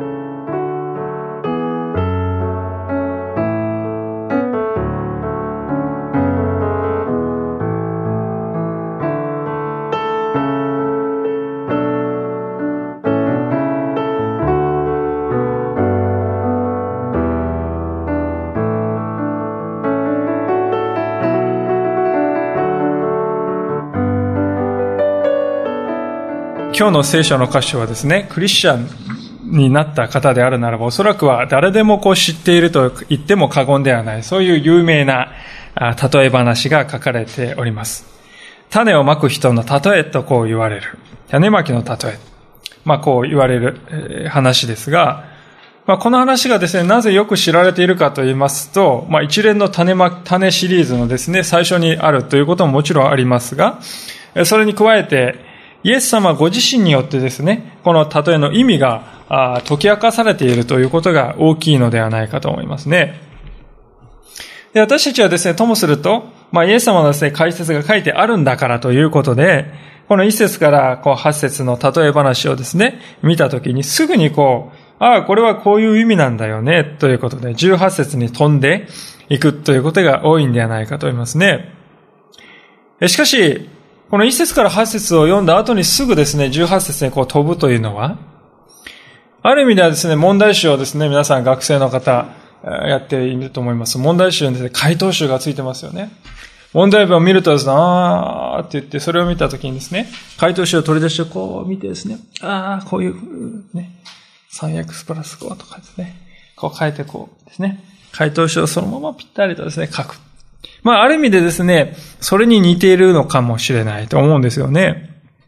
今日の聖書の箇所はですね、クリスチャンになった方であるならば、おそらくは誰でも知っていると言っても過言ではない、そういう有名な例え話が書かれております。種をまく人の例えと言われる。種まきの例え。こう言われる話ですが、この話がですね、なぜよく知られているかと言いますと、一連の種シリーズのですね、最初にあるということももちろんありますが、それに加えて、イエス様ご自身によってですね、この例えの意味が解き明かされているということが大きいのではないかと思いますね。で、私たちはですね、ともすると、イエス様のですね、解説が書いてあるんだからということで、この1節から8節の例え話をですね、見たときにすぐにこれはこういう意味なんだよね、ということで、18節に飛んでいくということが多いんではないかと思いますね。しかし、この1節から8節を読んだ後にすぐですね、18節に飛ぶというのは、ある意味ではですね、問題集をですね、皆さん学生の方やっていると思います。問題集にですね、回答集がついてますよね。問題文を見るとですね、って言って、それを見たときにですね、回答集を取り出して見てですね、こういうね、3x プラス5とかですね、書いてですね、回答集をそのままぴったりとですね、書く。ある意味でですね、それに似ているのかもしれないと思うんですよね。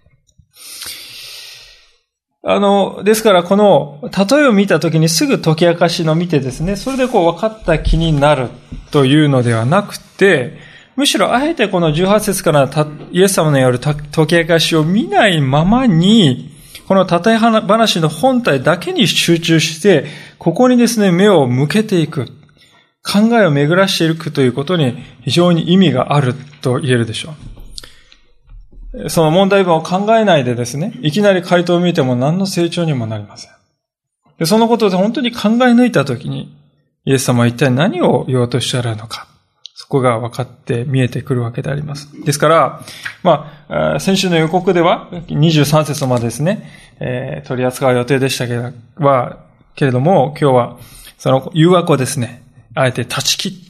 ですからこの例えを見たときにすぐ解き明かしの見てですね、それで分かった気になるというのではなくて、むしろあえてこの18節からイエス様のよる解き明かしを見ないままに、この例え話の本体だけに集中して、ここにですね、目を向けていく。考えを巡らしていくということに非常に意味があると言えるでしょう。その問題文を考えないでですね、いきなり回答を見ても何の成長にもなりません。で、そのことで本当に考え抜いたときに、イエス様は一体何を言おうとしておられるのか、そこが分かって見えてくるわけであります。ですから、先週の予告では23節までですね、取り扱う予定でしたけれども、今日はその誘惑をですね、あえて断ち切って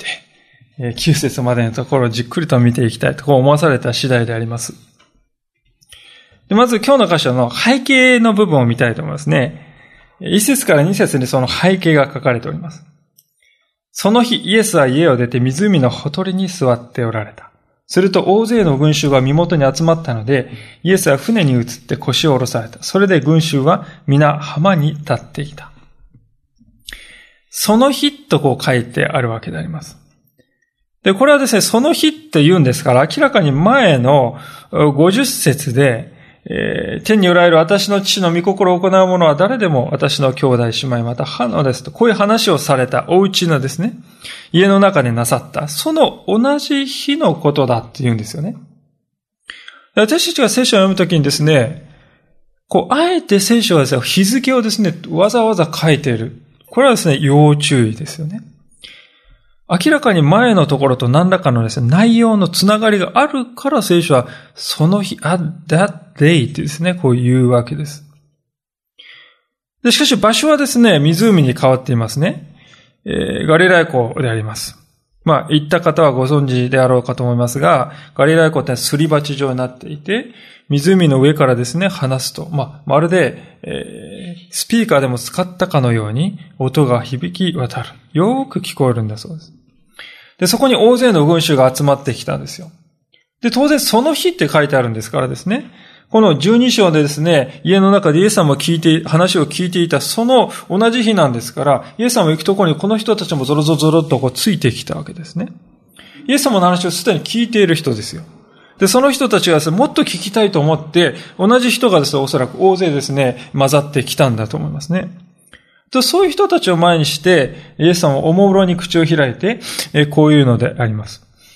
、9節までのところをじっくりと見ていきたいと思わされた次第であります。で、まず今日の箇所の背景の部分を見たいと思いますね。1節から2節にその背景が書かれております。その日、イエスは家を出て湖のほとりに座っておられた。すると大勢の群衆が身元に集まったので、イエスは船に移って腰を下ろされた。それで群衆は皆浜に立っていた。その日と書いてあるわけであります。で、これはですね、その日って言うんですから、明らかに前の50節で、天におられる私の父の御心を行う者は誰でも私の兄弟姉妹また母のですと、こういう話をされたお家のですね、家の中でなさった、その同じ日のことだって言うんですよね。私たちが聖書を読むときにですね、あえて聖書はですね、日付をですね、わざわざ書いている。これはですね、要注意ですよね。明らかに前のところと何らかのですね、内容のつながりがあるから聖書はその日、that day ってですね、こう言うわけです。で、しかし場所はですね、湖に変わっていますね。ガリラヤ湖であります。行った方はご存知であろうかと思いますが、ガリラヤ湖ってすり鉢状になっていて、湖の上からですね、話すと、まるで、スピーカーでも使ったかのように音が響き渡る。よーく聞こえるんだそうです。で、そこに大勢の群衆が集まってきたんですよ。で、当然その日って書いてあるんですからですね、この12章でですね、家の中でイエス様を話を聞いていたその同じ日なんですから、イエス様行くところにこの人たちもゾロゾロっとついてきたわけですね。イエス様の話をすでに聞いている人ですよ。で、その人たちがですね、もっと聞きたいと思って、同じ人がですね、おそらく大勢ですね、混ざってきたんだと思いますね。で、そういう人たちを前にして、イエス様はおもむろに口を開いて、こういうのであります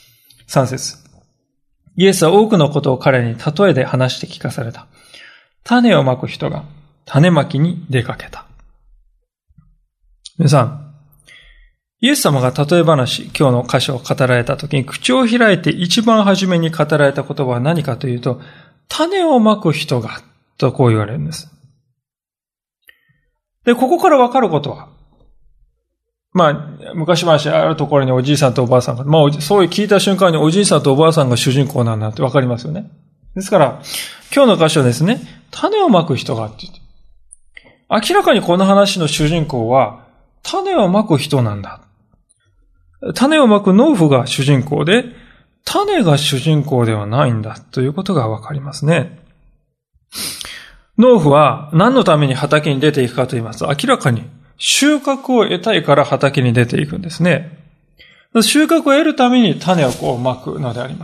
。3節。イエスは多くのことを彼に例えで話して聞かされた。種をまく人が種まきに出かけた。 皆さん、イエス様が例え話、今日の箇所を語られたときに、口を開いて一番初めに語られた言葉は何かというと、種をまく人が、とこう言われるんです。で、ここからわかることは、昔話あるところにおじいさんとおばあさんが、そういう聞いた瞬間におじいさんとおばあさんが主人公なんだってわかりますよね。ですから、今日の箇所ですね、種をまく人がって言って、明らかにこの話の主人公は、種をまく人なんだ。種をまく農夫が主人公で、種が主人公ではないんだということがわかりますね。農夫は何のために畑に出ていくかと言いますと、明らかに収穫を得たいから畑に出ていくんですね。収穫を得るために種をまくのであります。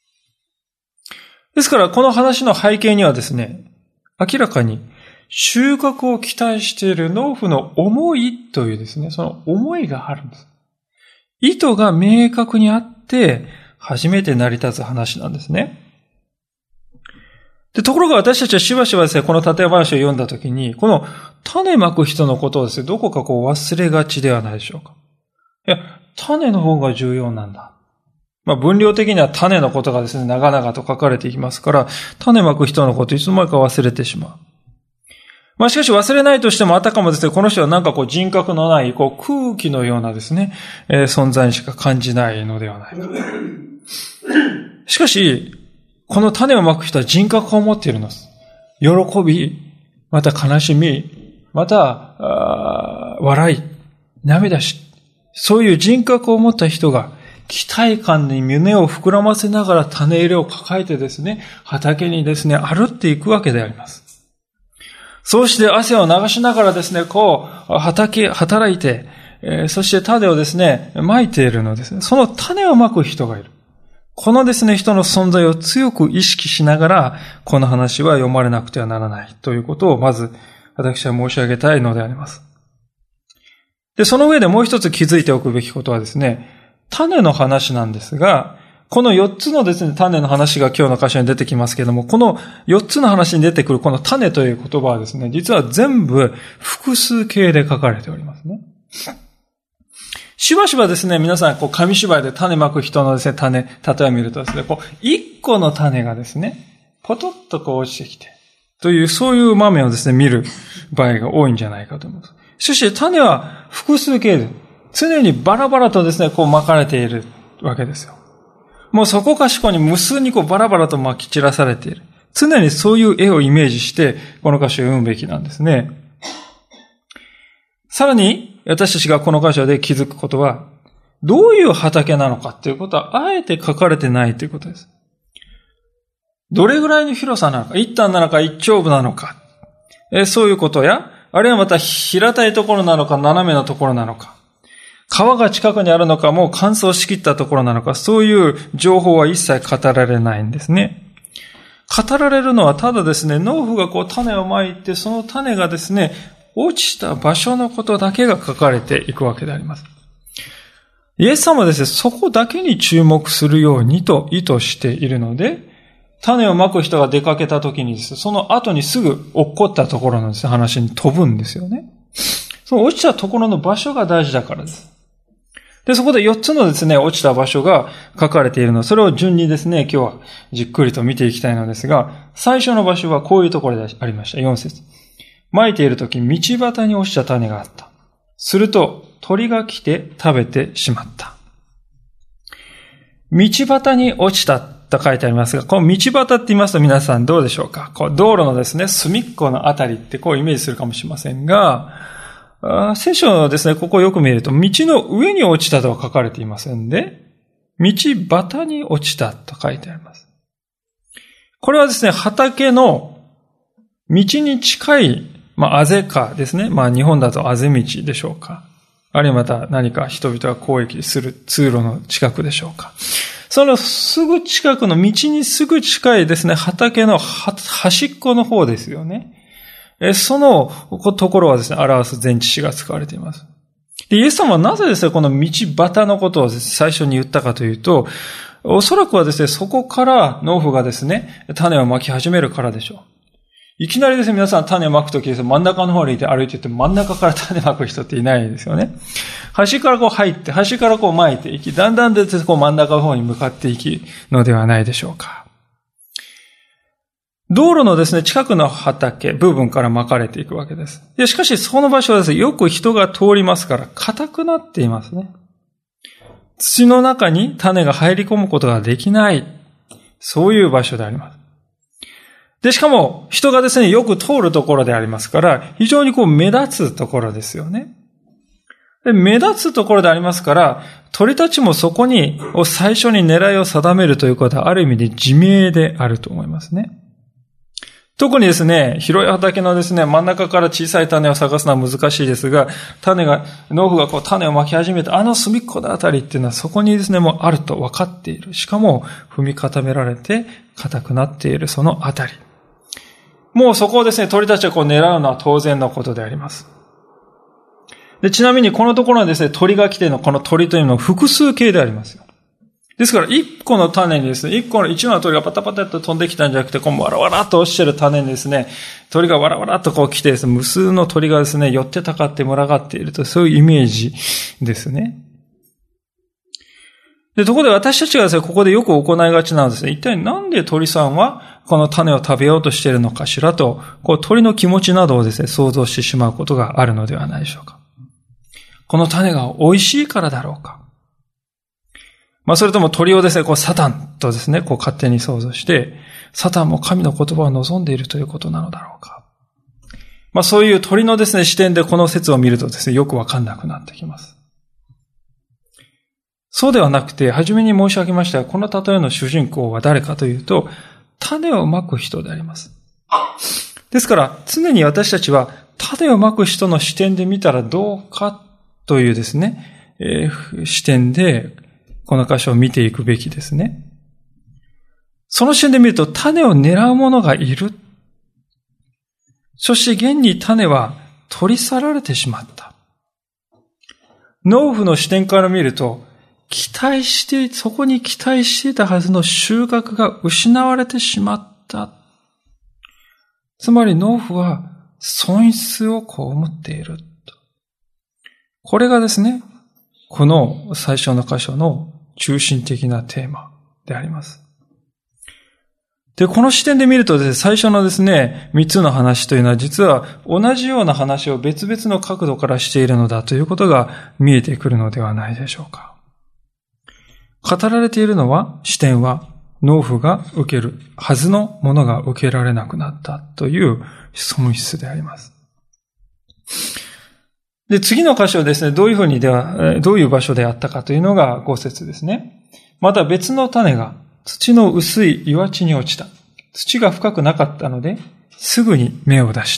ですからこの話の背景にはですね、明らかに収穫を期待している農夫の思いというですね、その思いがあるんです。意図が明確にあって初めて成り立つ話なんですね。で、ところが私たちはしばしばですね、この例え話を読んだときに、この種まく人のことをですね、どこか忘れがちではないでしょうか。いや、種の方が重要なんだ。分量的には種のことがですね、長々と書かれていきますから、種まく人のことをいつの間にか忘れてしまう。しかし忘れないとしてもあたかもですね、この人は人格のない空気のようなですね、存在にしか感じないのではないか。しかし、この種をまく人は人格を持っているのです。喜び、また悲しみ、また、笑い、涙し、そういう人格を持った人が、期待感に胸を膨らませながら種入れを抱えてですね、畑にですね、歩っていくわけであります。そうして汗を流しながらですね、働いて、そして種をですね、まいているのですね。その種をまく人がいる。このですね、人の存在を強く意識しながら、この話は読まれなくてはならないということを、まず、私は申し上げたいのであります。で、その上でもう一つ気づいておくべきことはですね、種の話なんですが、この4つのですね、種の話が今日の箇所に出てきますけれども、この4つの話に出てくるこの種という言葉はですね、実は全部複数形で書かれておりますね。しばしばですね、皆さん、紙芝居で種まく人のですね、例えを見るとですね、一個の種がですね、ポトッと落ちてきて、という、そういう場面をですね、見る場合が多いんじゃないかと思います。しかし、種は複数形で、常にバラバラとですね、まかれているわけですよ。もうそこかしこに無数にバラバラとまき散らされている。常にそういう絵をイメージして、この箇所を読むべきなんですね。さらに、私たちがこの箇所で気づくことは、どういう畑なのかということは、あえて書かれてないということです。どれぐらいの広さなのか、一反なのか、一丁部なのか、そういうことや、あるいはまた平たいところなのか、斜めのところなのか、川が近くにあるのか、もう乾燥しきったところなのか、そういう情報は一切語られないんですね。語られるのはただですね、農夫が種をまいて、その種がですね、落ちた場所のことだけが書かれていくわけであります。イエス様はですね、そこだけに注目するようにと意図しているので、種をまく人が出かけた時にですね、その後にすぐ落っこったところのですね、話に飛ぶんですよね。その落ちたところの場所が大事だからです。で、そこで4つのですね、落ちた場所が書かれているの。それを順にですね、今日はじっくりと見ていきたいのですが、最初の場所はこういうところでありました。4節。まいているとき、道端に落ちた種があった。すると、鳥が来て食べてしまった。道端に落ちたと書いてありますが、この道端って言いますと皆さんどうでしょうか？道路のですね、隅っこのあたりってイメージするかもしれませんが、聖書のですね、ここをよく見ると、道の上に落ちたとは書かれていませんで、道端に落ちたと書いてあります。これはですね、畑の道に近い、あぜかですね。日本だとあぜ道でしょうか。あるいはまた何か人々が交易する通路の近くでしょうか。そのすぐ近くの道にすぐ近いですね、畑の端っこの方ですよね。そのところはですね、表す前置詞が使われています。で、イエス様はなぜですね、この道端のことを最初に言ったかというと、おそらくはですね、そこから農夫がですね、種をまき始めるからでしょう。 いきなりですね、皆さん種をまくときですね、真ん中の方にいて歩いていて真ん中から種まく人っていないですよね。端からこう入って、端からこう巻いていき、だんだんでこう真ん中の方に向かっていきのではないでしょうか。道路のですね、近くの畑、部分から巻かれていくわけです。で、しかしその場所はですね、よく人が通りますから、硬くなっていますね。土の中に種が入り込むことができない、そういう場所であります。で、しかも人がですね、よく通るところでありますから、非常にこう目立つところですよね。で、目立つところでありますから、鳥たちもそこに最初に狙いを定めるということはある意味で自明であると思いますね。特にですね、広い畑のですね、真ん中から小さい種を探すのは難しいですが、農夫がこう種をまき始めたあの隅っこのあたりっていうのはそこにですね、もうあると分かっている。しかも踏み固められて硬くなっているそのあたり。もうそこをですね、鳥たちがこう狙うのは当然のことであります。で、ちなみにこのところはですね、鳥が来てのこの鳥というのは複数形でありますよ。ですから、一個の種にですね、一羽の鳥がパタパタと飛んできたんじゃなくて、こう、わらわらっと落ちてる種にですね、鳥がわらわらっとこう来てですね、無数の鳥がですね、寄ってたかって群がっていると、そういうイメージですね。で、ところで私たちがですね、ここでよく行いがちなんですね。一体なんで鳥さんはこの種を食べようとしているのかしらと、こう鳥の気持ちなどをですね、想像してしまうことがあるのではないでしょうか。この種が美味しいからだろうか。それとも鳥をですね、こうサタンとですね、こう勝手に想像して、サタンも神の言葉を望んでいるということなのだろうか。そういう鳥のですね、視点でこの説を見るとですね、よくわかんなくなってきます。そうではなくて、初めに申し上げましたが、この例えの主人公は誰かというと、種をまく人であります。ですから、常に私たちは、種をまく人の視点で見たらどうかというですね、視点で、この箇所を見ていくべきですね。その視点で見ると、種を狙う者がいる。そして現に種は取り去られてしまった。農夫の視点から見ると、そこに期待していたはずの収穫が失われてしまった。つまり農夫は損失を被っている。これがですね、この最初の箇所の中心的なテーマであります。で、この視点で見るとですね、最初のですね、3つの話というのは実は同じような話を別々の角度からしているのだということが見えてくるのではないでしょうか。語られているのは、視点は農夫が受けるはずのものが受けられなくなったという損失であります。で、次の箇所はですね、どういう場所であったかというのが5節ですね。また別の種が土の薄い岩地に落ちた。土が深くなかったので、すぐに芽を出した。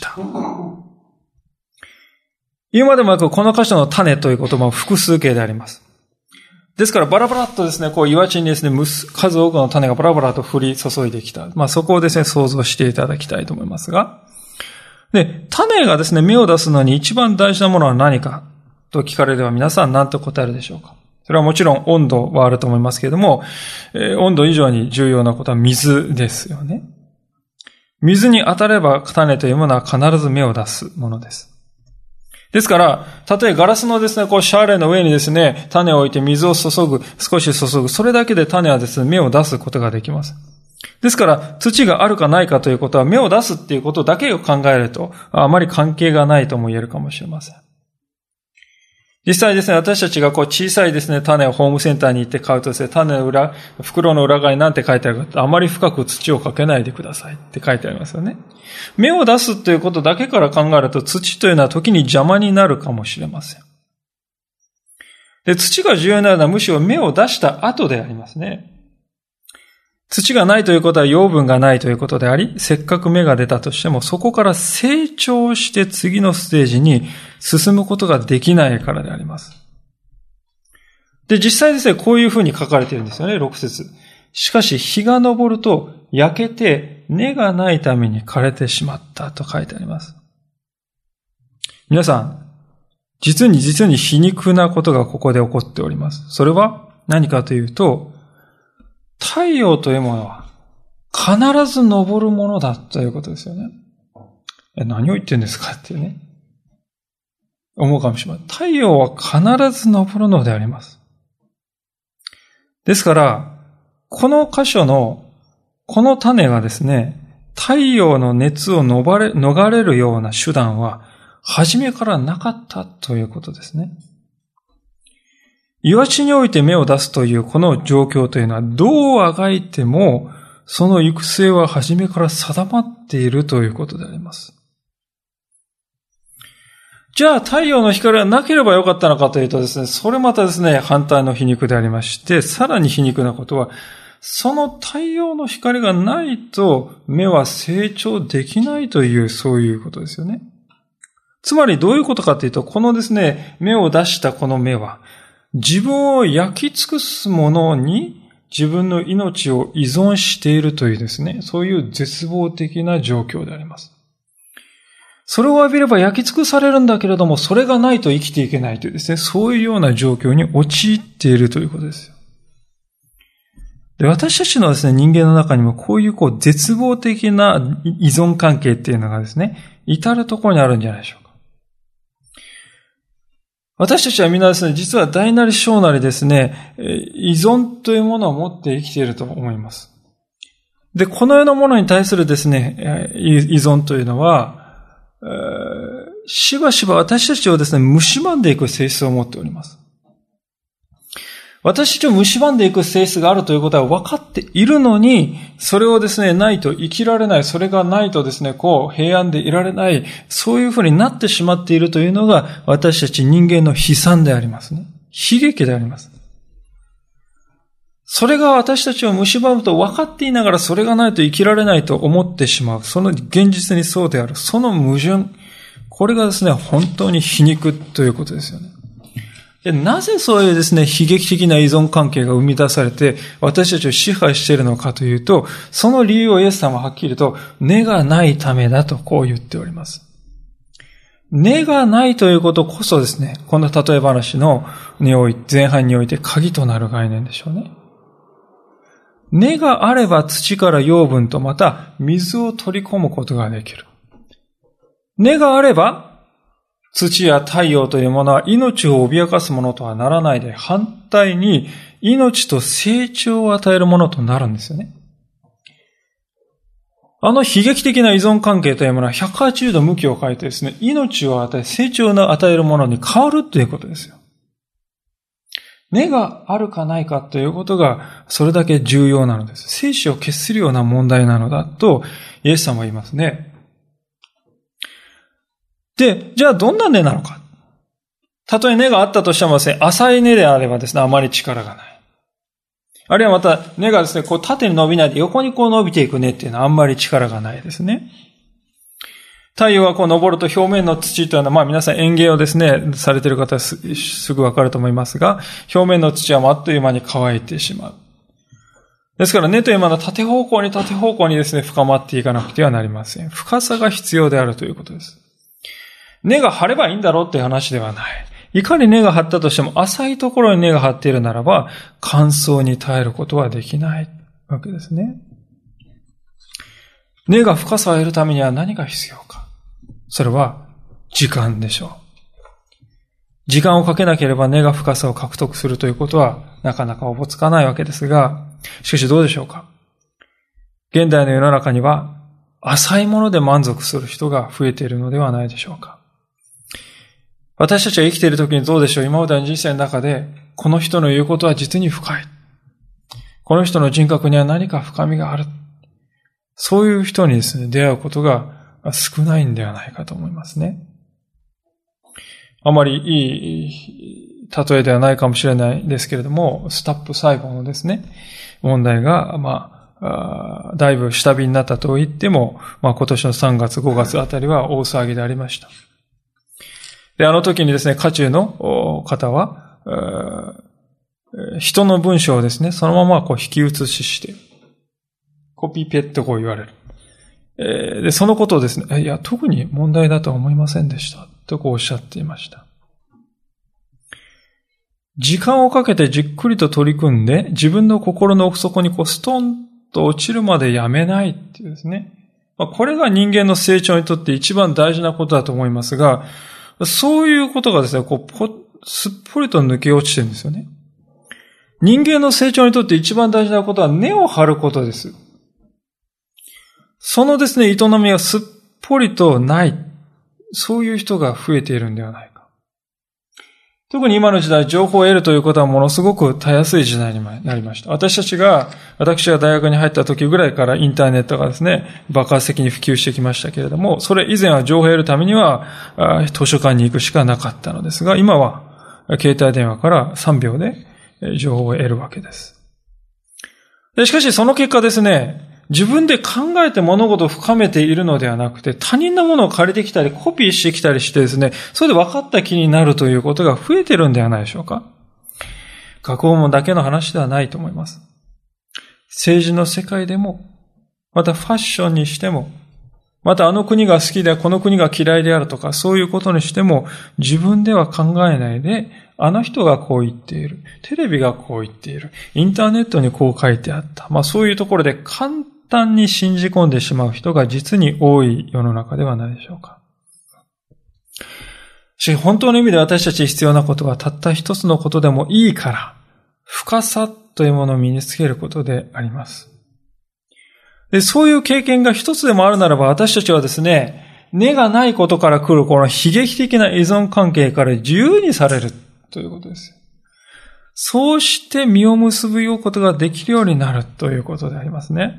言うまでもなく、この箇所の種という言葉は複数形であります。ですから、バラバラっとですね、こう岩地にですね、数多くの種がバラバラと降り注いできた。そこをですね、想像していただきたいと思いますが。で、種がですね、芽を出すのに一番大事なものは何かと聞かれれば皆さん何と答えるでしょうか。それはもちろん温度はあると思いますけれども、温度以上に重要なことは水ですよね。水に当たれば種というものは必ず芽を出すものです。ですから、たとえガラスのですね、こうシャーレの上にですね、種を置いて水を少し注ぐ、それだけで種はですね、芽を出すことができます。ですから、土があるかないかということは、芽を出すっていうことだけを考えると、あまり関係がないとも言えるかもしれません。実際ですね、私たちがこう小さいですね、種をホームセンターに行って買うとですね、袋の裏側に何て書いてあるか、あまり深く土をかけないでくださいって書いてありますよね。芽を出すということだけから考えると、土というのは時に邪魔になるかもしれません。で、土が重要なのはむしろ芽を出した後でありますね。土がないということは養分がないということであり、せっかく芽が出たとしても、そこから成長して次のステージに進むことができないからであります。で、実際ですね、こういうふうに書かれているんですよね、6節。しかし、日が昇ると焼けて根がないために枯れてしまったと書いてあります。皆さん、実に皮肉なことがここで起こっております。それは何かというと、太陽というものは必ず昇るものだということですよね。 何を言ってるんですかってね、思うかもしれない。太陽は必ず昇るのであります。ですから、この箇所の、この種がですね、太陽の熱を逃れるような手段は、初めからなかったということですね。岩地において芽を出すというこの状況というのは、どうあがいても、その行く末は初めから定まっているということであります。じゃあ太陽の光がなければよかったのかというとですね、それまたですね、反対の皮肉でありまして、さらに皮肉なことは、その太陽の光がないと芽は成長できないという、そういうことですよね。つまりどういうことかというと、このですね、芽を出したこの芽は、自分を焼き尽くすものに自分の命を依存しているというですね、そういう絶望的な状況であります。それを浴びれば焼き尽くされるんだけれども、それがないと生きていけないというですね、そういうような状況に陥っているということですよ。で、私たちのですね、人間の中にもこういう絶望的な依存関係っていうのがですね、至るところにあるんじゃないでしょうか。私たちはみんなですね、実は大なり小なりですね、依存というものを持って生きていると思います。で、このようなものに対するですね、依存というのは、しばしば私たちをですね、蝕んでいく性質を持っております。私たちを蝕んでいく性質があるということは分かっているのに、それをですね、ないと生きられない、それがないとですね、平安でいられない、そういうふうになってしまっているというのが、私たち人間の悲惨でありますね。悲劇であります。それが私たちを蝕むと分かっていながら、それがないと生きられないと思ってしまう。その現実にそうである。その矛盾。これがですね、本当に皮肉ということですよね。で、なぜそういうですね、悲劇的な依存関係が生み出されて、私たちを支配しているのかというと、その理由をイエス様ははっきりと、根がないためだとこう言っております。根がないということこそですね、この例え話の前半において鍵となる概念でしょうね。根があれば土から養分とまた水を取り込むことができる。根があれば、土や太陽というものは命を脅かすものとはならないで、反対に命と成長を与えるものとなるんですよね。悲劇的な依存関係というものは180度向きを変えてですね、命を与え、成長を与えるものに変わるということですよ。根があるかないかということがそれだけ重要なのです。生死を決するような問題なのだとイエス様は言いますね。で、じゃあどんな根なのか。たとえ根があったとしてもですね、浅い根であればですね、あまり力がない。あるいはまた根がですね、縦に伸びないで横に伸びていく根っていうのはあんまり力がないですね。太陽が昇ると表面の土というのは、皆さん園芸をですね、されている方はすぐわかると思いますが、表面の土はあっという間に乾いてしまう。ですから根というものは縦方向にですね、深まっていかなくてはなりません。深さが必要であるということです。根が張ればいいんだろうっていう話ではない。いかに根が張ったとしても浅いところに根が張っているならば乾燥に耐えることはできないわけですね。根が深さを得るためには何が必要か。それは時間でしょう。時間をかけなければ根が深さを獲得するということはなかなかおぼつかないわけですが、しかしどうでしょうか。現代の世の中には浅いもので満足する人が増えているのではないでしょうか。私たちが生きているときにどうでしょう。今までの人生の中で、この人の言うことは実に深い。この人の人格には何か深みがある。そういう人にですね、出会うことが少ないんではないかと思いますね。あまりいい例えではないかもしれないですけれども、スタップ細胞のですね、問題が、だいぶ下火になったと言っても、今年の3月、5月あたりは大騒ぎでありました。で、あの時にですね、渦中の方は、人の文章をですね、そのまま引き写しして、コピペって言われる。で、そのことをですね、いや、特に問題だとは思いませんでした。とおっしゃっていました。時間をかけてじっくりと取り組んで、自分の心の奥底にストンと落ちるまでやめないっていうですね、 これが人間の成長にとって一番大事なことだと思いますが、そういうことがですね、すっぽりと抜け落ちてるんですよね。人間の成長にとって一番大事なことは根を張ることです。そのですね、営みがすっぽりとない。そういう人が増えているんではないか。特に今の時代、情報を得るということはものすごくたやすい時代になりました。私が大学に入った時ぐらいからインターネットがですね、爆発的に普及してきましたけれども、それ以前は情報を得るためには図書館に行くしかなかったのですが、今は携帯電話から3秒で情報を得るわけです。しかしその結果ですね、自分で考えて物事を深めているのではなくて、他人のものを借りてきたり、コピーしてきたりしてですね、それで分かった気になるということが増えてるんではないでしょうか。学問だけの話ではないと思います。政治の世界でも、またファッションにしても、またあの国が好きでこの国が嫌いであるとか、そういうことにしても、自分では考えないで、あの人がこう言っている、テレビがこう言っている、インターネットにこう書いてあった。そういうところで簡単に信じ込んでしまう人が実に多い世の中ではないでしょうか。しかし本当の意味で私たちに必要なことはたった一つのことでもいいから、深さというものを身につけることであります。で、そういう経験が一つでもあるならば、私たちはですね、根がないことから来るこの悲劇的な依存関係から自由にされるということです。そうして実を結ぶようことができるようになるということでありますね。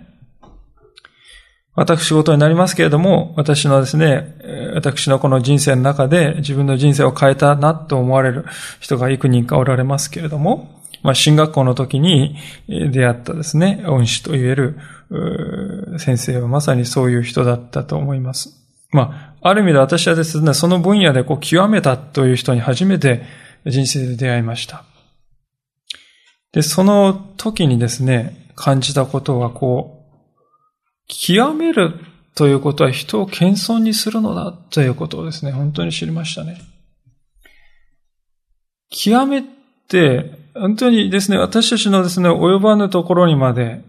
私事になりますけれども、私のこの人生の中で自分の人生を変えたなと思われる人が幾人かおられますけれども、進学校の時に出会ったですね、恩師と言える先生はまさにそういう人だったと思います。ある意味で私はですね、その分野で極めたという人に初めて人生で出会いました。で、その時にですね、感じたことは極めるということは人を謙遜にするのだということをですね、本当に知りましたね。極めて、本当にですね、私たちのですね、及ばぬところにまで、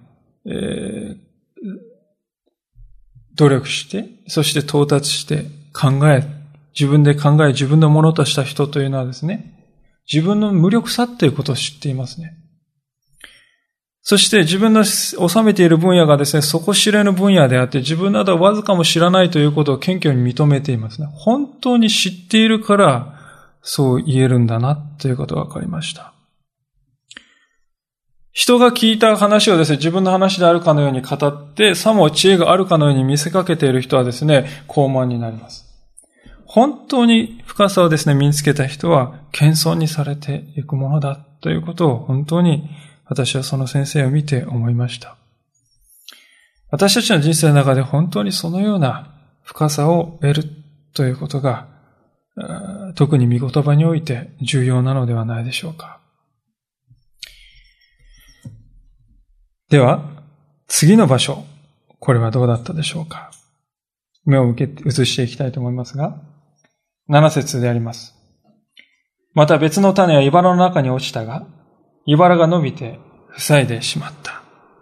努力して、そして到達して自分で考え、自分のものとした人というのはですね、自分の無力さということを知っていますね。そして自分の収めている分野がですね、底知れぬ分野であって、自分などわずかも知らないということを謙虚に認めていますね。本当に知っているから、そう言えるんだな、ということがわかりました。人が聞いた話をですね、自分の話であるかのように語って、さも知恵があるかのように見せかけている人はですね、高慢になります。本当に深さをですね、身につけた人は、謙遜にされていくものだ、ということを本当に私はその先生を見て思いました。私たちの人生の中で本当にそのような深さを得るということが、特に御言葉において重要なのではないでしょうか。では、次の場所、これはどうだったでしょうか。目を移していきたいと思いますが、7節であります。また別の種は茨の中に落ちたが、茨が伸びて塞いでしまった。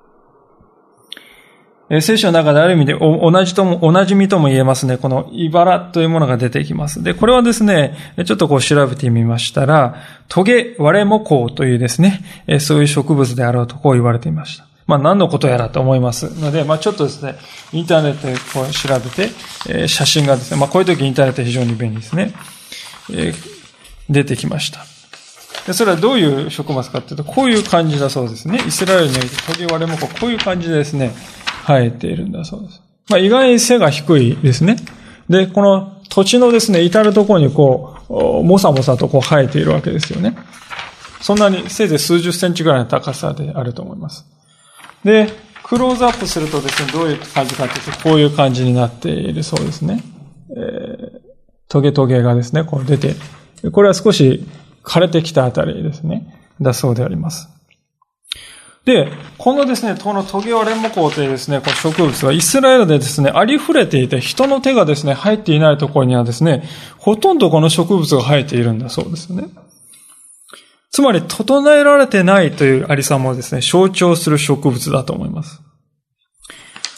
聖書の中である意味でおなじみとも言えますね。この茨というものが出てきます。で、これはですね、ちょっと調べてみましたら、トゲワレモコウというですね、そういう植物であろうと言われていました。何のことやらと思いますので、ちょっとですね、インターネットで調べて、写真がですね、こういう時インターネット非常に便利ですね。出てきました。で、それはどういう植物かというと、こういう感じだそうですね。イスラエルにおいてトゲワレモコウ、こういう感じでですね、生えているんだそうです。意外に背が低いですね。で、この土地のですね、至るところにもさもさと生えているわけですよね。そんなにせいぜい数十センチぐらいの高さであると思います。で、クローズアップするとですね、どういう感じかというと、こういう感じになっているそうですね。トゲトゲがですね、出て、これは少し枯れてきたあたりですね、だそうであります。で、このですね、このトゲワレモコウというですね、この植物はイスラエルでですね、ありふれていて、人の手がですね、入っていないところにはですね、ほとんどこの植物が生えているんだそうですね。つまり、整えられてないというありさまをですね、象徴する植物だと思います。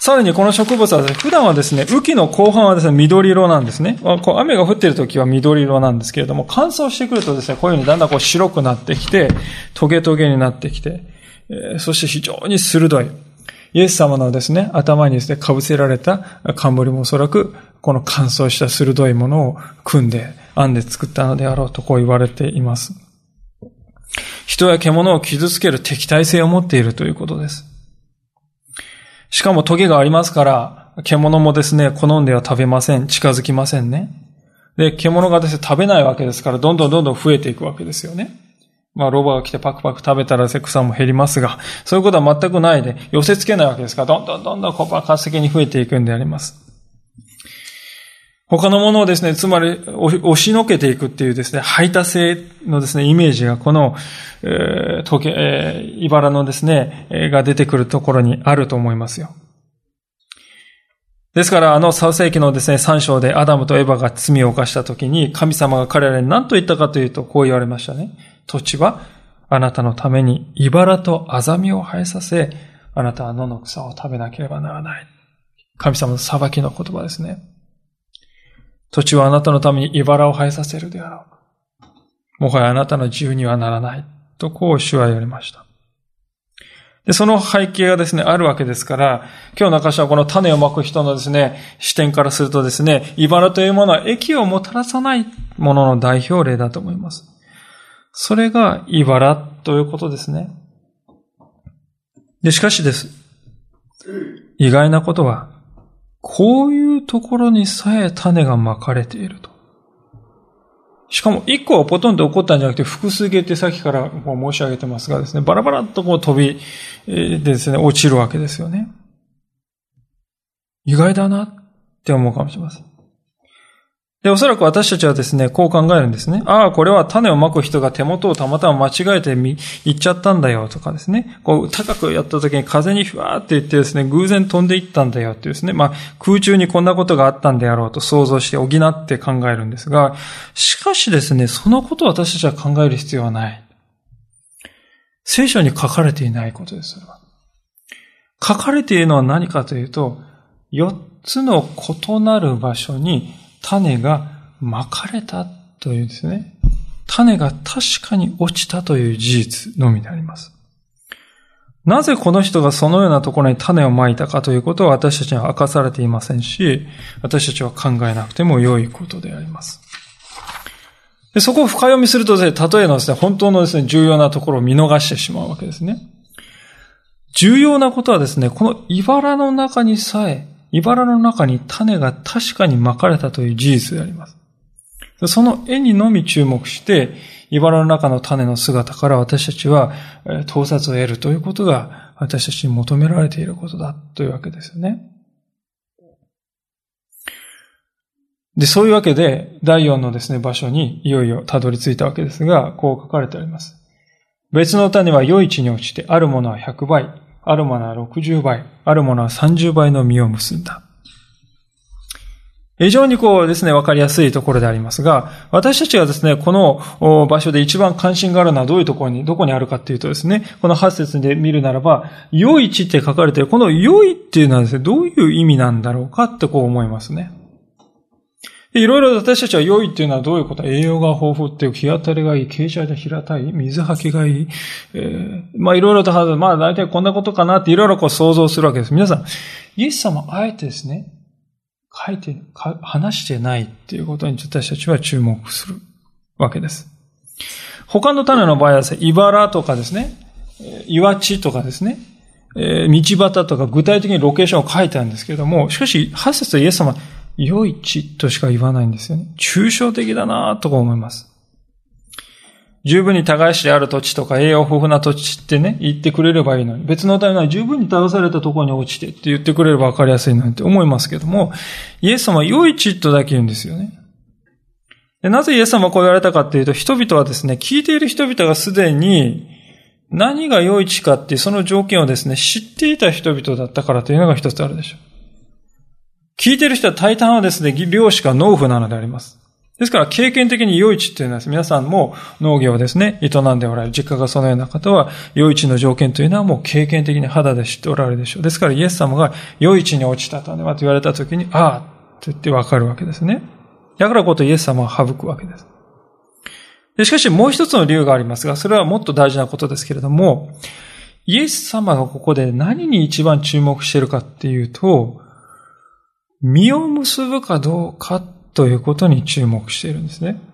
さらにこの植物は普段はですね、雨季の後半はですね、緑色なんですね。雨が降っている時は緑色なんですけれども、乾燥してくるとですね、こういうふうにだんだん白くなってきて、トゲトゲになってきて、そして非常に鋭い。イエス様のですね、頭にですね、被せられた冠もおそらく、この乾燥した鋭いものを組んで、編んで作ったのであろうとこう言われています。人や獣を傷つける敵対性を持っているということです。しかもトゲがありますから、獣もですね、好んでは食べません。近づきませんね。で、獣がですね、食べないわけですから、どんどん増えていくわけですよね。ロバが来てパクパク食べたら草も減りますが、そういうことは全くないで、寄せ付けないわけですから、どんどん爆発的に増えていくんであります。他のものをですね、つまり押しのけていくっていうですね、排他性のですね、イメージがこの、茨のですね、が出てくるところにあると思いますよ。ですから、創世記のですね、3章でアダムとエバが罪を犯したときに、神様が彼らに何と言ったかというと、こう言われましたね。土地はあなたのために茨とアザミを生えさせ、あなたは野の草を食べなければならない。神様の裁きの言葉ですね。土地はあなたのために茨を生えさせるであろう。もはやあなたの自由にはならない。とこう主は言われました。で、その背景がですね、あるわけですから、今日の証はこの種をまく人のですね、視点からするとですね、茨というものは益をもたらさないものの代表例だと思います。それが茨ということですね。で、しかしです。意外なことは、こういうところにさえ種がまかれていると。しかも一個はポトンと起こったんじゃなくて複数形ってさっきから申し上げてますがですね、バラバラっと飛びでですね、落ちるわけですよね。意外だなって思うかもしれません。で、おそらく私たちはですね、こう考えるんですね。これは種をまく人が手元をたまたま間違えて行っちゃったんだよとかですね。高くやった時に風にふわーって言ってですね、偶然飛んでいったんだよってですね。空中にこんなことがあったんであろうと想像して補って考えるんですが、しかしですね、そのことを私たちは考える必要はない。聖書に書かれていないことです、それは。書かれているのは何かというと、4つの異なる場所に種がまかれたというですね、種が確かに落ちたという事実のみであります。なぜこの人がそのようなところに種をまいたかということは私たちには明かされていませんし、私たちは考えなくても良いことであります。で、そこを深読みするとですね、例えのですね、本当のですね、重要なところを見逃してしまうわけですね。重要なことはですね、この茨の中に種が確かにまかれたという事実であります。その絵にのみ注目して、茨の中の種の姿から私たちは洞察を得るということが私たちに求められていることだというわけですよね。で、そういうわけで、第4のですね、場所にいよいよたどり着いたわけですが、こう書かれてあります。別の種は良い地に落ちて、あるものは100倍、あるものは60倍、あるものは30倍の実を結んだ。非常にですね、わかりやすいところでありますが、私たちがですね、この場所で一番関心があるのはどこにあるかっていうとですね、この8節で見るならば、良い地って書かれている、この良いっていうのはですね、どういう意味なんだろうかって思いますね。いろいろ私たちは良いっていうのはどういうこと？栄養が豊富っていう、日当たりがいい、傾斜で平たい、水はけがいい、いろいろと、大体こんなことかなっていろいろ想像するわけです。皆さん、イエス様あえてですね、話してないっていうことに私たちは注目するわけです。他の種の場合はですね、茨とかですね、岩地とかですね、道端とか具体的にロケーションを書いてあるんですけれども、しかし8節でイエス様良い地としか言わないんですよね。抽象的だなぁと思います。十分に耕しである土地とか栄養豊富な土地ってね、言ってくれればいいのに、別の種は十分に耕されたところに落ちてって言ってくれればわかりやすいなんて思いますけども、イエス様は良い地とだけ言うんですよね。で、なぜイエス様はこう言われたかっていうと、人々はですね、聞いている人々がすでに何が良い地かっていうその条件をですね、知っていた人々だったからというのが一つあるでしょう。聞いている人は大半はですね、漁師か農夫なのであります。 ですから経験的に余市っていうのは皆さんも農業をですね、営んでおられる実家がそのような方は余市の条件というのはもう経験的に肌で知っておられるでしょう。ですからイエス様が余市に落ちた種はと言われたときに、ああと言ってわかるわけですね。だからことイエス様は省くわけです。しかしもう一つの理由がありますが、それはもっと大事なことですけれども、イエス様がここで何に一番注目しているかっていうと、実を結ぶかどうかということに注目しているんですね。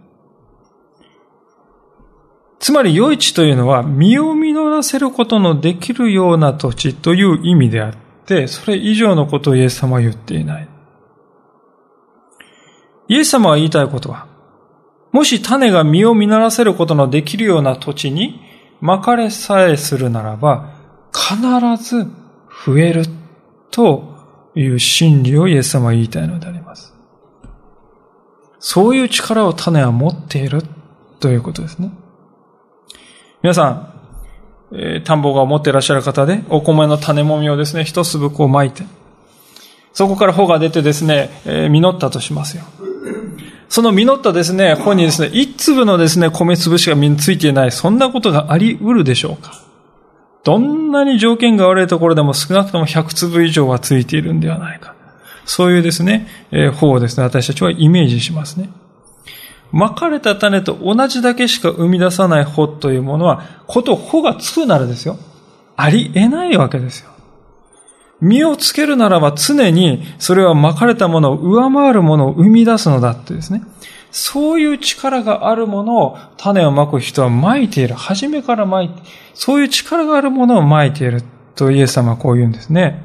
つまり余市というのは実を実らせることのできるような土地という意味であって、それ以上のことをイエス様は言っていない。イエス様が言いたいことは、もし種が実を実らせることのできるような土地にまかれさえするならば、必ず増えるという真理をイエス様は言いたいのであります。そういう力を種は持っているということですね。皆さん、田んぼが持っていらっしゃる方で、お米の種もみをですね、一粒こう巻いて、そこから穂が出てですね、実ったとしますよ。その実ったですね、穂にですね、一粒のですね、米粒しか実ついていない、そんなことがあり得るでしょうか。どんなに条件が悪いところでも少なくとも100粒以上はついているんではないか。そういうですね、方をですね、私たちはイメージしますね。まかれた種と同じだけしか生み出さない穂というものは、穂がつくならですよ。ありえないわけですよ。実をつけるならば常にそれはまかれたものを上回るものを生み出すのだってですね。そういう力があるものを種をまく人はまいている。初めからまいて、そういう力があるものをまいているとイエス様はこう言うんですね。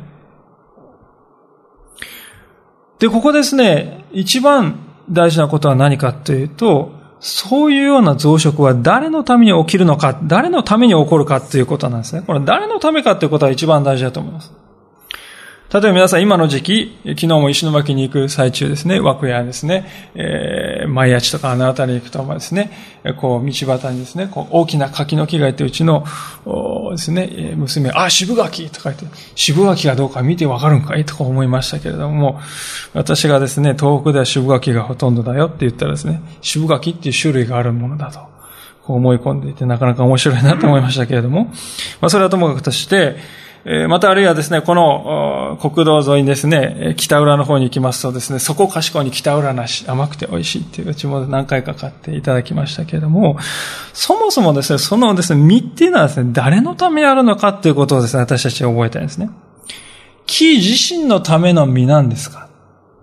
で、ここですね、一番大事なことは何かというと、そういうような増殖は誰のために起きるのか、誰のために起こるかということなんですね。これ誰のためかということは一番大事だと思います。例えば皆さん今の時期、昨日も石巻に行く最中ですね、涌谷ですね、前谷地とかあの辺りに行くとですね、こう道端にですね、こう大きな柿の木がいてうちのですね、娘、渋柿とか言って、渋柿がどうか見てわかるんかいとか思いましたけれども、私がですね、東北では渋柿がほとんどだよって言ったらですね、渋柿っていう種類があるものだと、こう思い込んでいてなかなか面白いなと思いましたけれども、それはともかくとして、またあるいはですね、この国道沿いにですね、北浦の方に行きますとですね、そこかしこに北浦梨甘くて美味しいっていう、うちも何回か買っていただきましたけれども、そもそもですね、そのですね、実っていうのはですね、誰のためにあるのかっていうことをですね、私たちは覚えたいんですね。木自身のための実なんですか？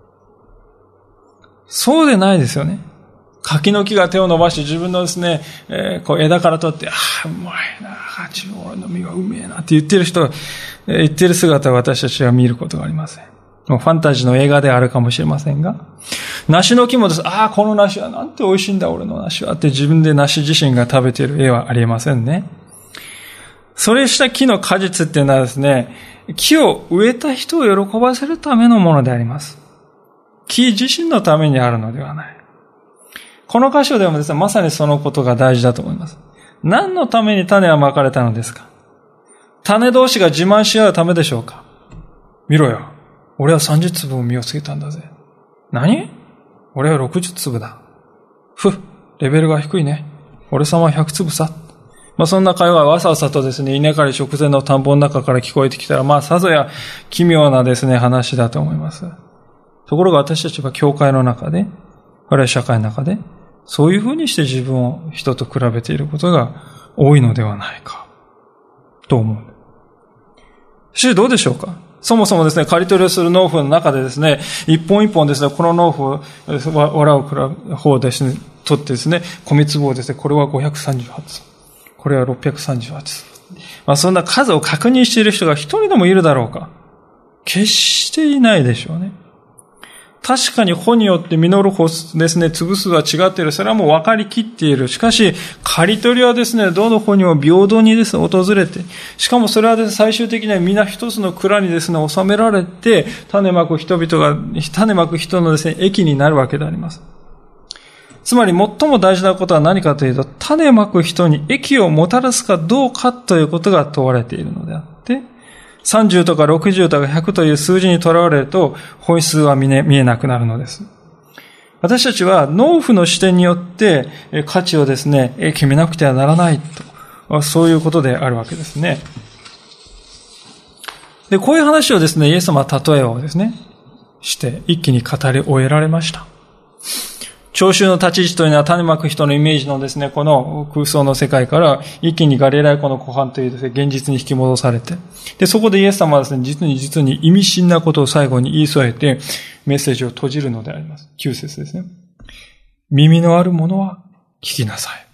そうでないですよね。柿の木が手を伸ばして自分のですね、こう枝から取って、うまいな、俺の実はうめえなって言ってる人が、言ってる姿を私たちは見ることがありません。もうファンタジーの映画であるかもしれませんが、梨の木もです、この梨はなんて美味しいんだ、俺の梨はって自分で梨自身が食べている絵はありえませんね。それした木の果実っていうのはですね、木を植えた人を喜ばせるためのものであります。木自身のためにあるのではない。この箇所でもですね、まさにそのことが大事だと思います。何のために種はまかれたのですか？種同士が自慢し合うためでしょうか？見ろよ。俺は30粒も実をつけたんだぜ。何？俺は60粒だ。レベルが低いね。俺様は100粒さ。そんな会話がわさわさとですね、稲刈り直前の田んぼの中から聞こえてきたら、さぞや奇妙なですね、話だと思います。ところが私たちは教会の中で、あるいは社会の中で、そういうふうにして自分を人と比べていることが多いのではないか、と思う。そしてどうでしょうか？そもそもですね、刈り取りをする農夫の中でですね、一本一本ですね、この農夫、藁を方をですね、取ってですね、米粒をですね、これは538つ。これは638つ。そんな数を確認している人が一人でもいるだろうか？決していないでしょうね。確かに穂によって実る穂ですね、粒数は違っている。それはもう分かりきっている。しかし、刈り取りはですね、どの穂にも平等にですね、訪れて、しかもそれはですね、最終的には皆一つの蔵にですね、収められて、種まく人のですね、益になるわけであります。つまり最も大事なことは何かというと、種まく人に益をもたらすかどうかということが問われているのであって、30とか60とか100という数字にとらわれると本質は見えなくなるのです。 私たちは農夫の視点によって価値をですね、決めなくてはならないと、そういうことであるわけですね。で、こういう話をですね、イエス様は例えをですね、して一気に語り終えられました。聴衆の立ち位置というのは種まく人のイメージのですね、この空想の世界から一気にガリラヤ湖の湖畔というですね、現実に引き戻されて、で、そこでイエス様はですね、実に意味深なことを最後に言い添えて、メッセージを閉じるのであります。9節ですね。耳のある者は聞きなさい。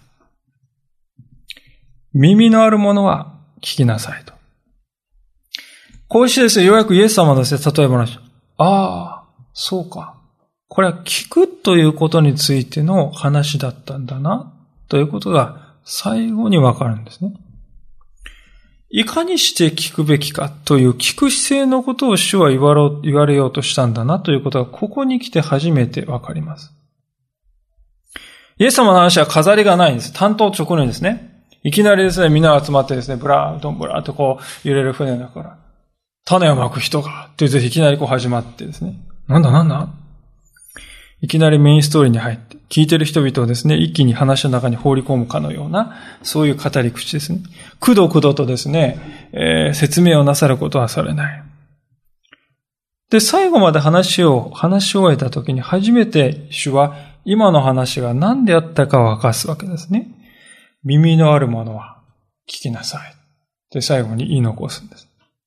耳のある者は聞きなさいと。こうしてですね、ようやくイエス様のですね、例え話。ああ、そうか。これは聞くということについての話だったんだな、ということが最後にわかるんですね。いかにして聞くべきかという聞く姿勢のことを主は言われようとしたんだなということがここに来て初めてわかります。イエス様の話は飾りがないんです。単刀直入ですね。いきなりですね、みんな集まってですね、ブラーっとこう揺れる船だから、種をまく人がっていきなりこう始まってですね、なんだいきなりメインストーリーに入って、聞いてる人々をですね、一気に話の中に放り込むかのような、そういう語り口ですね。くどくどとですね、説明をなさることはされない。で、最後まで話し終えたときに初めて主は今の話が何であったかを明かすわけですね。耳のあるものは聞きなさい。で、最後に言い残すんです。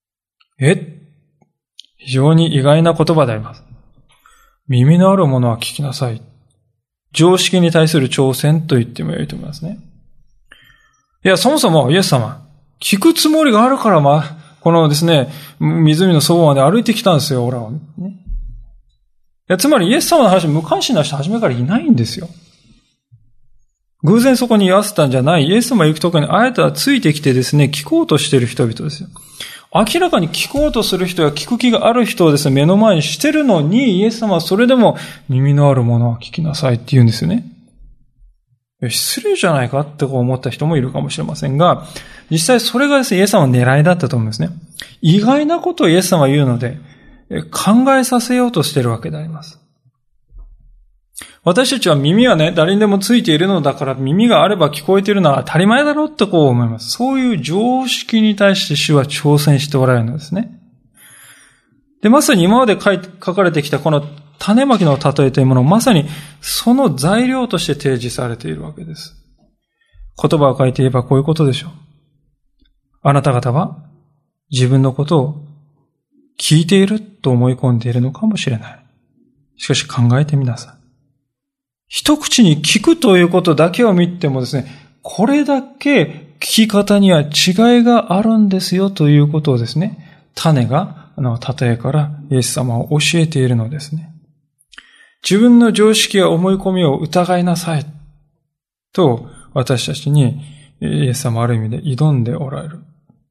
非常に意外な言葉であります。耳のあるものは聞きなさい。常識に対する挑戦と言ってもよいと思いますね。いや、そもそもイエス様、聞くつもりがあるからこのですね、湖のそばまで歩いてきたんですよ、俺は。ね、いや、つまりイエス様の話無関心な人初めからいないんですよ。偶然そこに居合わせたんじゃない、イエス様行くところにあえてついてきてですね、聞こうとしている人々ですよ。明らかに聞こうとする人や聞く気がある人をですね、目の前にしてるのに、イエス様はそれでも耳のあるものは聞きなさいって言うんですよね。失礼じゃないかって思った人もいるかもしれませんが、実際それがですね、イエス様の狙いだったと思うんですね。意外なことをイエス様は言うので、考えさせようとしているわけであります。私たちは耳はね、誰にでもついているのだから耳があれば聞こえているのは当たり前だろうってこう思います。そういう常識に対して主は挑戦しておられるのですね。で、まさに今まで書かれてきたこの種まきの例えというものをまさにその材料として提示されているわけです。言葉を書いて言えばこういうことでしょう。あなた方は自分のことを聞いていると思い込んでいるのかもしれない。しかし考えてみなさい。一口に聞くということだけを見てもですね、これだけ聞き方には違いがあるんですよということをですね、種が例えからイエス様を教えているのですね。自分の常識や思い込みを疑いなさいと私たちにイエス様はある意味で挑んでおられる。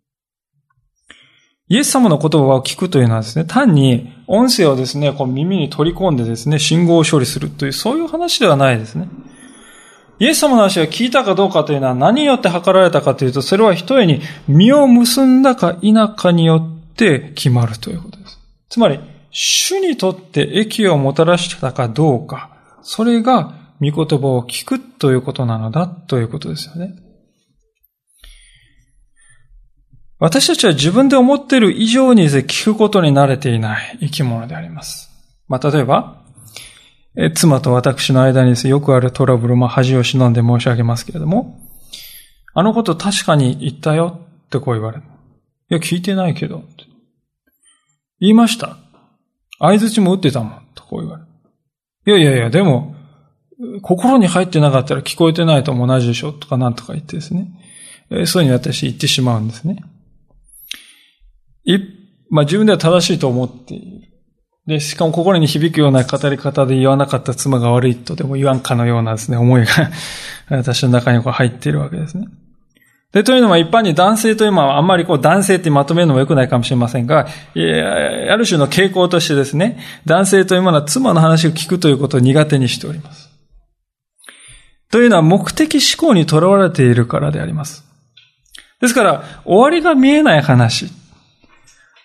イエス様の言葉を聞くというのはですね、単に音声をですね、こう耳に取り込んでですね、信号を処理するという、そういう話ではないですね。イエス様の話が聞いたかどうかというのは何によって測られたかというと、それは一重に実を結んだか否かによって決まるということです。つまり、主にとって益をもたらしたかどうか、それが御言葉を聞くということなのだということですよね。私たちは自分で思っている以上に聞くことに慣れていない生き物であります。例えば、妻と私の間にですね、よくあるトラブル、恥を忍んで申し上げますけれども、あのこと確かに言ったよってこう言われる。いや、聞いてないけど。言いました。相槌も打ってたもん。とこう言われる。いや、でも、心に入ってなかったら聞こえてないとも同じでしょとかなんとか言ってですね。そういうふうに私言ってしまうんですね。自分では正しいと思っている。で、しかも心に響くような語り方で言わなかった妻が悪いとでも言わんかのようなですね、思いが私の中に入っているわけですね。で、というのは一般に男性というのはあんまり男性ってまとめるのも良くないかもしれませんが、ある種の傾向としてですね、男性というものは妻の話を聞くということを苦手にしております。というのは目的思考にとらわれているからであります。ですから、終わりが見えない話。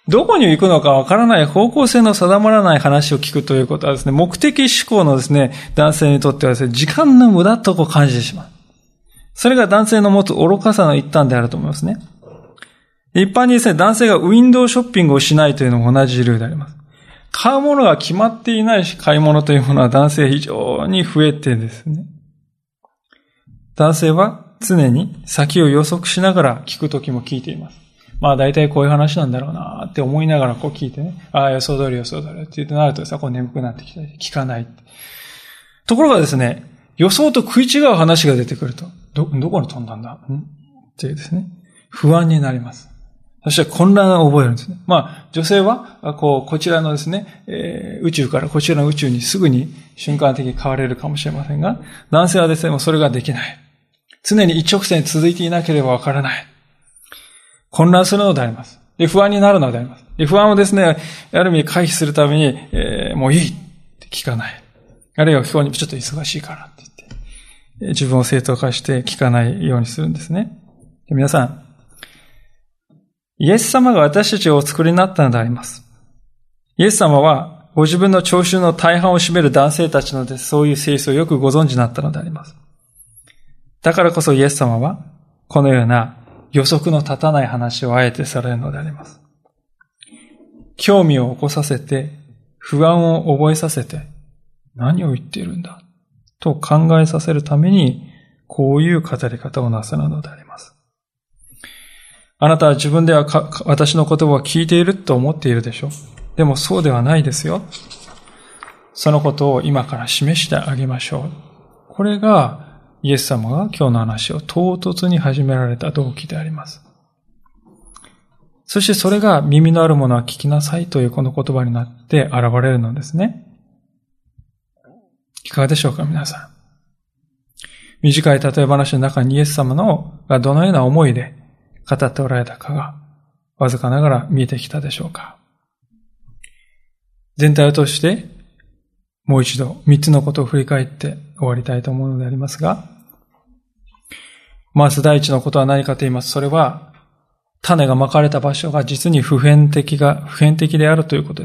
どこに行くのかわからない方向性の定まらない話を聞くということはですね、目的思考のですね、男性にとってはですね、時間の無駄と感じてしまう。それが男性の持つ愚かさの一端であると思いますね。一般にですね、男性がウィンドウショッピングをしないというのも同じ理由であります。買うものが決まっていないし、買い物というものは男性非常に増えてですね。男性は常に先を予測しながら聞くときも聞いています。大体こういう話なんだろうなって思いながら聞いてね。予想通りって言ってなるとさ、眠くなってきたり、聞かない。ところがですね、予想と食い違う話が出てくると、どこに飛んだんだっていうですね、不安になります。そして混乱を覚えるんですね。女性は、こちらのですね、宇宙からこちらの宇宙にすぐに瞬間的に変われるかもしれませんが、男性はですね、もうそれができない。常に一直線続いていなければわからない。混乱するのであります。で、不安になるのであります。で、不安をですね、ある意味回避するために、もういいって聞かない。あるいは今日にちょっと忙しいからって言って、自分を正当化して聞かないようにするんですね。で、皆さん、イエス様が私たちをお作りになったのであります。イエス様はご自分の聴衆の大半を占める男性たちのです、そういう性質をよくご存知になったのであります。だからこそイエス様はこのような予測の立たない話をあえてされるのであります。興味を起こさせて、不安を覚えさせて、何を言っているんだと考えさせるために、こういう語り方をなさるのであります。あなたは自分では私の言葉を聞いていると思っているでしょう。でもそうではないですよ。そのことを今から示してあげましょう。これがイエス様が今日の話を唐突に始められた動機であります。そしてそれが耳のあるものは聞きなさいというこの言葉になって現れるのですね。いかがでしょうか皆さん。短い例え話の中にイエス様がどのような思いで語っておられたかがわずかながら見えてきたでしょうか。全体を通してもう一度3つのことを振り返って終わりたいと思うのでありますが、まず第一のことは何かと言います。それは種がまかれた場所が実に普遍的であるということです。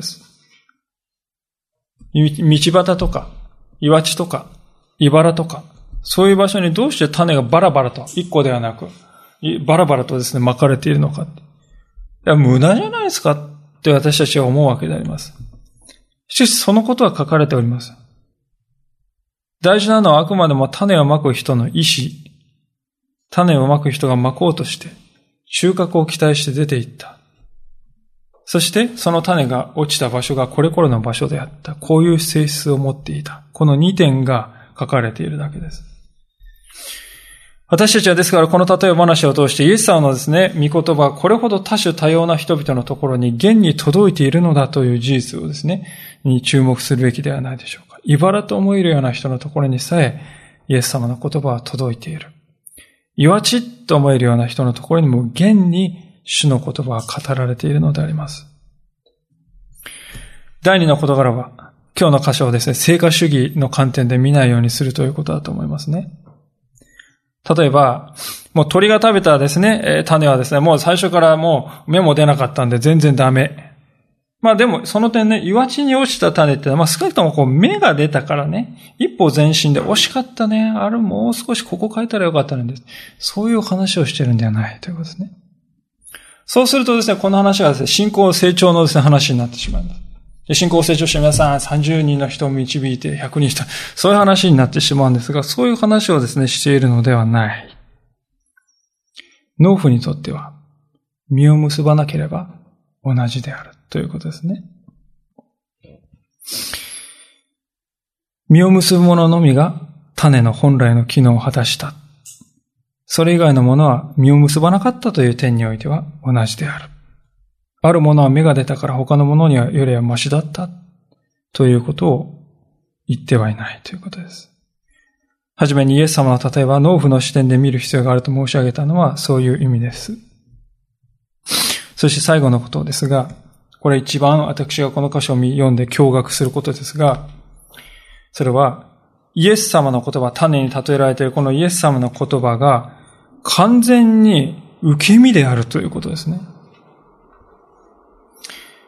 道端とか岩地とか茨とかそういう場所にどうして種がバラバラと一個ではなくバラバラとですね、巻かれているのか。いや、無駄じゃないですかって私たちは思うわけであります。しかし、そのことは書かれております。大事なのはあくまでも種をまく人の意志。種をまく人がまこうとして、収穫を期待して出ていった。そして、その種が落ちた場所がこれこれの場所であった。こういう性質を持っていた。この2点が書かれているだけです。私たちはですからこの例え話を通してイエス様のですね、御言葉はこれほど多種多様な人々のところに現に届いているのだという事実をですね、に注目するべきではないでしょうか。茨と思えるような人のところにさえイエス様の言葉は届いている。岩地と思えるような人のところにも現に主の言葉は語られているのであります。第二の事柄は今日の箇所をですね、成果主義の観点で見ないようにするということだと思いますね。例えば、もう鳥が食べたですね、種はですね、もう最初からもう芽も出なかったんで全然ダメ。でもその点ね、岩地に落ちた種って少なくとも芽が出たからね、一歩前進で惜しかったね、もう少しここ書いたらよかったんです。そういう話をしてるんではないということですね。そうするとですね、この話はですね、信仰成長のですね、話になってしまいます。で、信仰成長して皆さん30人の人を導いて100人した。そういう話になってしまうんですが、そういう話をですね、しているのではない。農夫にとっては、実を結ばなければ同じであるということですね。実を結ぶもののみが種の本来の機能を果たした。それ以外のものは実を結ばなかったという点においては同じである。あるものは芽が出たから他のものにはよりはマシだったということを言ってはいないということです。はじめにイエス様の例えば農夫の視点で見る必要があると申し上げたのはそういう意味です。そして最後のことですが、これ一番私がこの箇所を読んで驚愕することですが、それはイエス様の言葉、種に例えられているこのイエス様の言葉が完全に受け身であるということですね。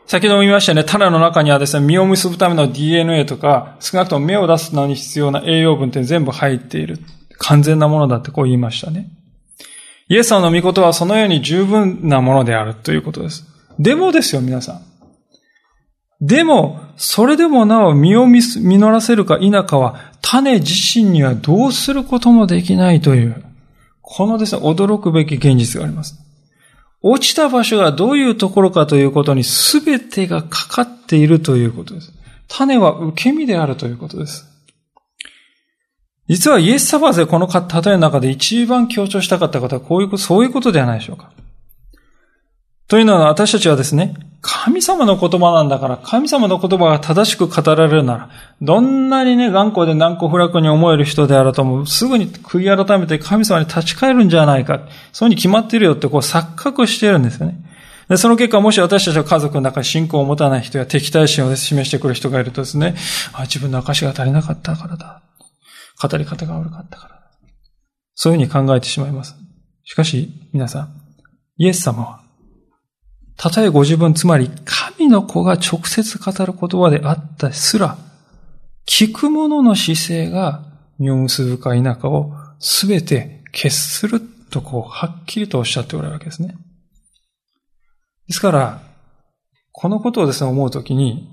先ほども言いましたね、種の中にはですね、実を結ぶための DNA とか、少なくとも芽を出すのに必要な栄養分って全部入っている。完全なものだってこう言いましたね。イエス様の御言葉はそのように十分なものであるということです。でもですよ、皆さん。でも、それでもなお実を実らせるか否かは、種自身にはどうすることもできないという、このですね、驚くべき現実があります。落ちた場所がどういうところかということに全てがかかっているということです。種は受け身であるということです。実はイエス様はこの例えの中で一番強調したかったことはそういうことではないでしょうか。というのは私たちはですね、神様の言葉なんだから、神様の言葉が正しく語られるなら、どんなにね、頑固で難攻不落に思える人であるとも、すぐに悔い改めて神様に立ち返るんじゃないか。そうに決まっているよって錯覚しているんですよね。で、その結果、もし私たちの家族の中に信仰を持たない人や敵対心を示してくる人がいるとですね、自分の証が足りなかったからだ。語り方が悪かったからだ。そういうふうに考えてしまいます。しかし、皆さん、イエス様は、たとえご自分、つまり神の子が直接語る言葉であったすら、聞く者の姿勢が実を結ぶか否かをすべて決するとはっきりとおっしゃっておられるわけですね。ですから、このことをですね、思うときに、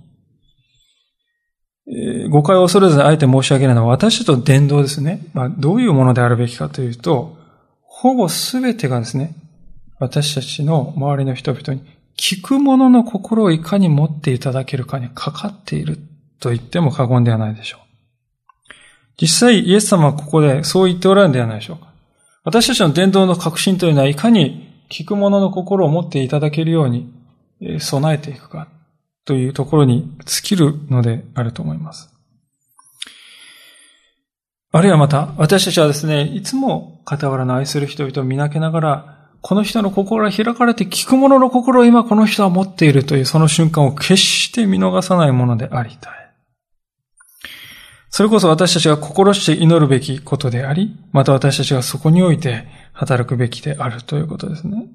誤解を恐れずにあえて申し上げるのは私たちの伝道ですね。どういうものであるべきかというと、ほぼすべてがですね、私たちの周りの人々に聞く者の心をいかに持っていただけるかにかかっていると言っても過言ではないでしょう。実際イエス様はここでそう言っておられるんではないでしょうか。私たちの伝道の確信というのはいかに聞く者の心を持っていただけるように備えていくかというところに尽きるのであると思います。あるいはまた私たちはですね、いつも傍らの愛する人々を見なけながらこの人の心が開かれて聞く者の心を今この人は持っているというその瞬間を決して見逃さないものでありたい。それこそ私たちが心して祈るべきことであり、また私たちがそこにおいて働くべきであるということですね。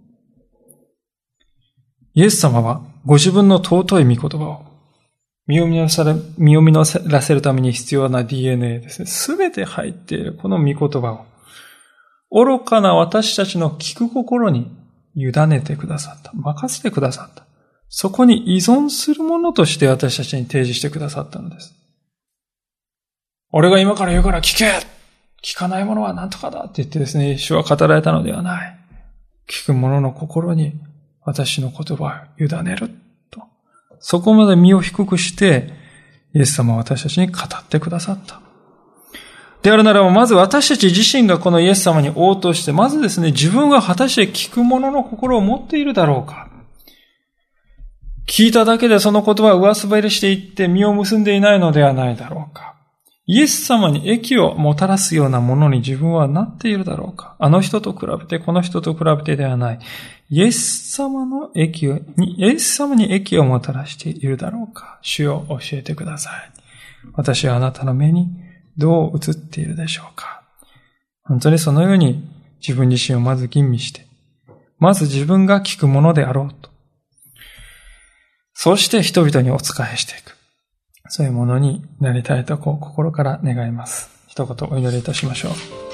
イエス様はご自分の尊い御言葉を身を実らせるために必要な DNA ですね。すべて入っているこの御言葉を愚かな私たちの聞く心に委ねてくださった。任せてくださった。そこに依存するものとして私たちに提示してくださったのです。俺が今から言うから聞け！聞かないものは何とかだって言ってですね、主は語られたのではない。聞く者の心に私の言葉を委ねると。そこまで身を低くして、イエス様は私たちに語ってくださった。であるならば、まず私たち自身がこのイエス様に応答して、まずですね、自分が果たして聞く者の心を持っているだろうか。聞いただけでその言葉を上滑りしていって実を結んでいないのではないだろうか。イエス様に益をもたらすようなものに自分はなっているだろうか。あの人と比べて、この人と比べてではない。イエス様に益をもたらしているだろうか。主よ教えてください。私はあなたの目にどう映っているでしょうか。本当にそのように自分自身をまず吟味して、まず自分が聞くものであろうと。そして人々にお仕えしていく。そういうものになりたいと心から願います。一言お祈りいたしましょう。